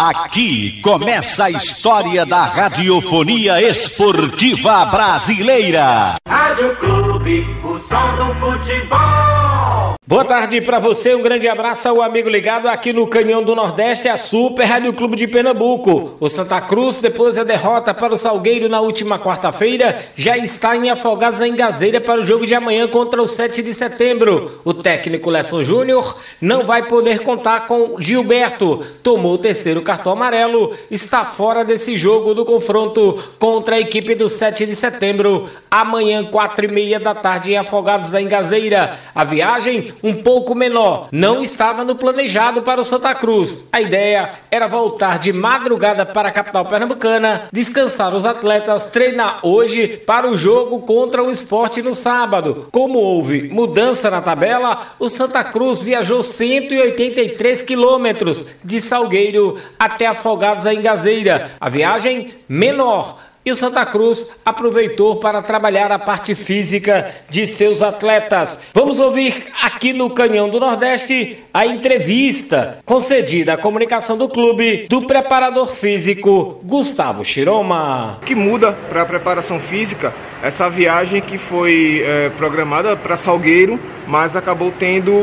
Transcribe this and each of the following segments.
Aqui começa a história da radiofonia esportiva brasileira. Rádio Clube, o som do futebol. Boa tarde para você, um grande abraço ao amigo ligado aqui no Canhão do Nordeste, a Super Rádio Clube de Pernambuco. O Santa Cruz, depois da derrota para o Salgueiro na última quarta-feira, já está em Afogados da Engazeira para o jogo de amanhã contra o 7 de setembro. O técnico Lesson Júnior não vai poder contar com Gilberto. Tomou o terceiro cartão amarelo, está fora desse jogo do confronto contra a equipe do 7 de setembro. Amanhã, 4h30 da tarde, em Afogados da Engazeira. A viagem um pouco menor, não estava no planejado para o Santa Cruz. A ideia era voltar de madrugada para a capital pernambucana, descansar os atletas, treinar hoje para o jogo contra o Sport no sábado. Como houve mudança na tabela, o Santa Cruz viajou 183 quilômetros de Salgueiro até Afogados da Engazeira. A viagem menor. E o Santa Cruz aproveitou para trabalhar a parte física de seus atletas. Vamos ouvir aqui no Canhão do Nordeste a entrevista concedida à comunicação do clube do preparador físico Gustavo Chiroma. O que muda para a preparação física, essa viagem que foi programada para Salgueiro, mas acabou tendo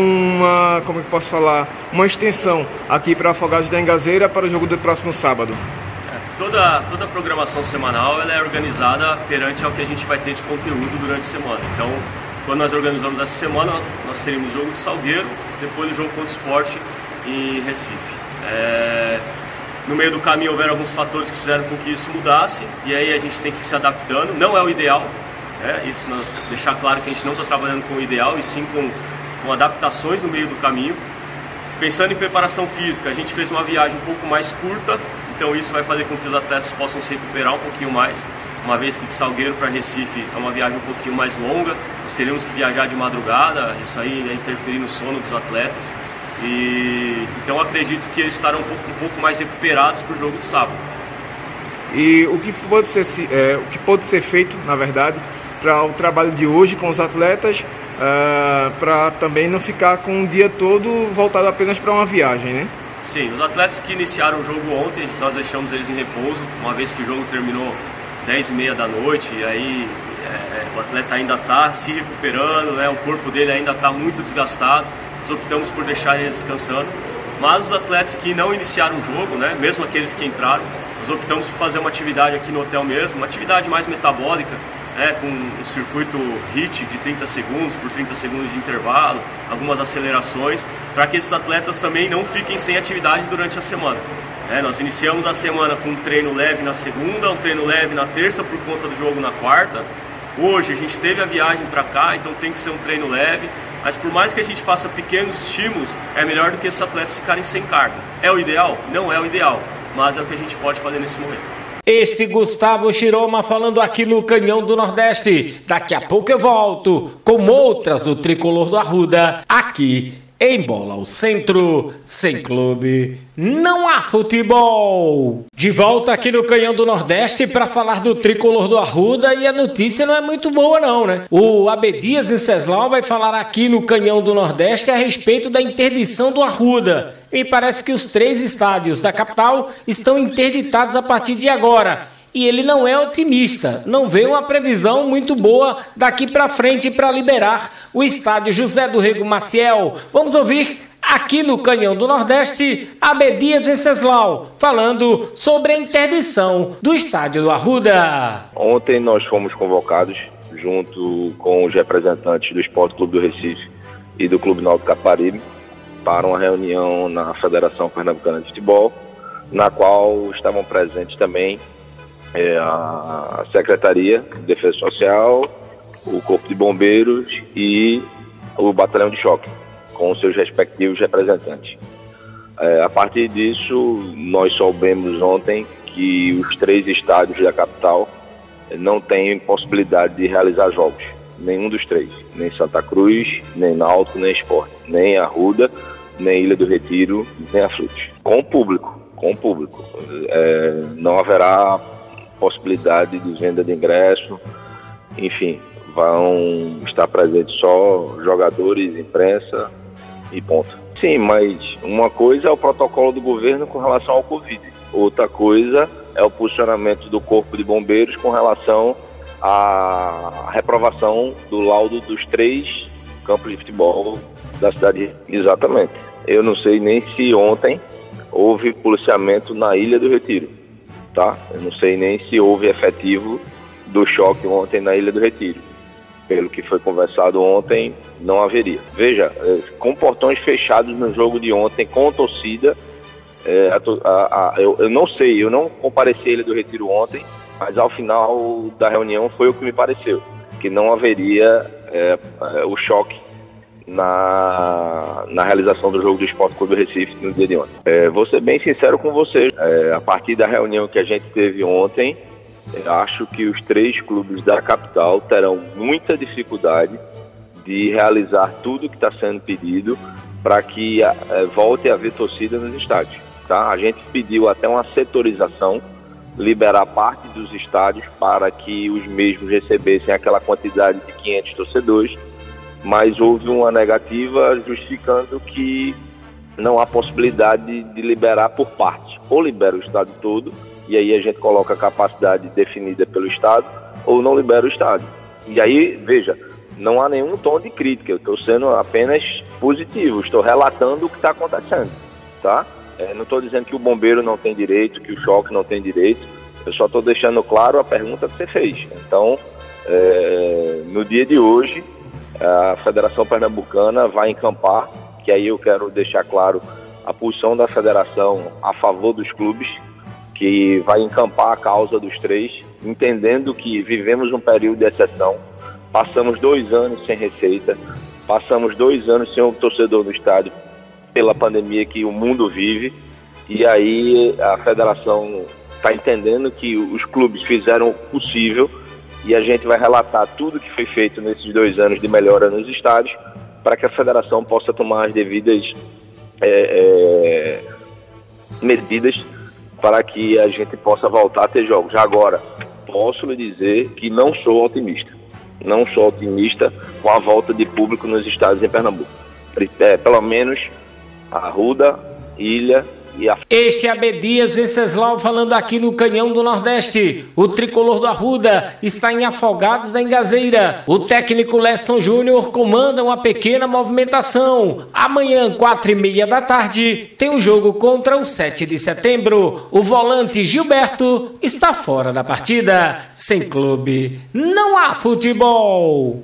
uma extensão aqui para Afogados da Engazeira para o jogo do próximo sábado. Toda a programação semanal ela é organizada perante ao que a gente vai ter de conteúdo durante a semana. Então, quando nós organizamos essa semana, nós teremos o jogo de Salgueiro, depois o jogo contra o Sport em Recife. No meio do caminho houveram alguns fatores que fizeram com que isso mudasse, e aí a gente tem que ir se adaptando. Não é o ideal, isso deixar claro que a gente não está trabalhando com o ideal, e sim com adaptações no meio do caminho. Pensando em preparação física, a gente fez uma viagem um pouco mais curta, então isso vai fazer com que os atletas possam se recuperar um pouquinho mais, uma vez que de Salgueiro para Recife é uma viagem um pouquinho mais longa, nós teremos que viajar de madrugada, isso aí vai interferir no sono dos atletas, e então acredito que eles estarão um pouco mais recuperados para o jogo de sábado. E o que pode ser feito, na verdade, para o trabalho de hoje com os atletas, para também não ficar com o dia todo voltado apenas para uma viagem, né? Sim, os atletas que iniciaram o jogo ontem, nós deixamos eles em repouso, uma vez que o jogo terminou 10h30 da noite, e aí o atleta ainda está se recuperando, o corpo dele ainda está muito desgastado, nós optamos por deixar eles descansando, mas os atletas que não iniciaram o jogo, mesmo aqueles que entraram, nós optamos por fazer uma atividade aqui no hotel mesmo, uma atividade mais metabólica, com um circuito HIIT de 30 segundos por 30 segundos de intervalo, algumas acelerações, para que esses atletas também não fiquem sem atividade durante a semana. Nós iniciamos a semana com um treino leve na segunda, um treino leve na terça por conta do jogo na quarta. Hoje a gente teve a viagem para cá, então tem que ser um treino leve, mas por mais que a gente faça pequenos estímulos, é melhor do que esses atletas ficarem sem carga. É o ideal? Não é o ideal, mas é o que a gente pode fazer nesse momento. Este Gustavo Chiroma falando aqui no Canhão do Nordeste. Daqui a pouco eu volto com outras do Tricolor do Arruda, aqui em Bola ao Centro. Sem clube, não há futebol. De volta aqui no Canhão do Nordeste para falar do Tricolor do Arruda, e a notícia não é muito boa não, O Abdias Venceslau vai falar aqui no Canhão do Nordeste a respeito da interdição do Arruda. Me parece que os 3 estádios da capital estão interditados a partir de agora. E ele não é otimista, não vê uma previsão muito boa daqui para frente para liberar o estádio José do Rego Maciel. Vamos ouvir aqui no Canhão do Nordeste Abdias Venceslau falando sobre a interdição do estádio do Arruda. Ontem nós fomos convocados junto com os representantes do Esporte Clube do Recife e do Clube Náutico Caparibe para uma reunião na Federação Pernambucana de Futebol, na qual estavam presentes também a Secretaria de Defesa Social, o Corpo de Bombeiros e o Batalhão de Choque, com seus respectivos representantes. A partir disso, nós soubemos ontem que os 3 estádios da capital não têm possibilidade de realizar jogos. Nenhum dos 3, nem Santa Cruz, nem Náutico, nem Sport, nem Arruda, nem Ilha do Retiro, nem Açudes. Com público. Não haverá possibilidade de venda de ingresso, enfim, vão estar presentes só jogadores, imprensa e ponto. Sim, mas uma coisa é o protocolo do governo com relação ao Covid. Outra coisa é o posicionamento do Corpo de Bombeiros com relação à reprovação do laudo dos 3 campos de futebol da cidade. Exatamente. Eu não sei nem se ontem houve policiamento na Ilha do Retiro, tá? Eu não sei nem se houve efetivo do choque ontem na Ilha do Retiro. Pelo que foi conversado ontem, não haveria. Veja, com portões fechados no jogo de ontem, com torcida, eu não sei, eu não compareci a Ilha do Retiro ontem, mas ao final da reunião foi o que me pareceu, que não haveria o choque na realização do jogo do Sport Clube do Recife no dia de ontem. Vou ser bem sincero com você, a partir da reunião que a gente teve ontem, acho que os 3 clubes da capital terão muita dificuldade de realizar tudo que está sendo pedido para que volte a haver torcida nos estádios. Tá? A gente pediu até uma setorização, liberar parte dos estádios para que os mesmos recebessem aquela quantidade de 500 torcedores, mas houve uma negativa justificando que não há possibilidade de liberar por parte. Ou libera o estádio todo, e aí a gente coloca a capacidade definida pelo Estado, ou não libera o estádio. E aí, veja, não há nenhum tom de crítica, eu estou sendo apenas positivo, estou relatando o que está acontecendo, tá? Não estou dizendo que o bombeiro não tem direito, que o choque não tem direito, eu só estou deixando claro a pergunta que você fez. Então, no dia de hoje, a Federação Pernambucana vai encampar, que aí eu quero deixar claro a posição da Federação a favor dos clubes, que vai encampar a causa dos 3, entendendo que vivemos um período de exceção, passamos 2 anos sem receita, passamos 2 anos sem um torcedor no estádio pela pandemia que o mundo vive, e aí a federação está entendendo que os clubes fizeram o possível e a gente vai relatar tudo que foi feito nesses 2 anos de melhora nos estádios para que a federação possa tomar as devidas medidas para que a gente possa voltar a ter jogos. Agora, posso lhe dizer que não sou otimista. Não sou otimista com a volta de público nos estádios em Pernambuco. Pelo menos Arruda, Ilha e a... Este é Abdias Venceslau falando aqui no Canhão do Nordeste. O tricolor do Arruda está em Afogados da Engazeira. O técnico Lesson Júnior comanda uma pequena movimentação. Amanhã, 4h30 da tarde, tem um jogo contra o 7 de setembro. O volante Gilberto está fora da partida. Sem clube, não há futebol.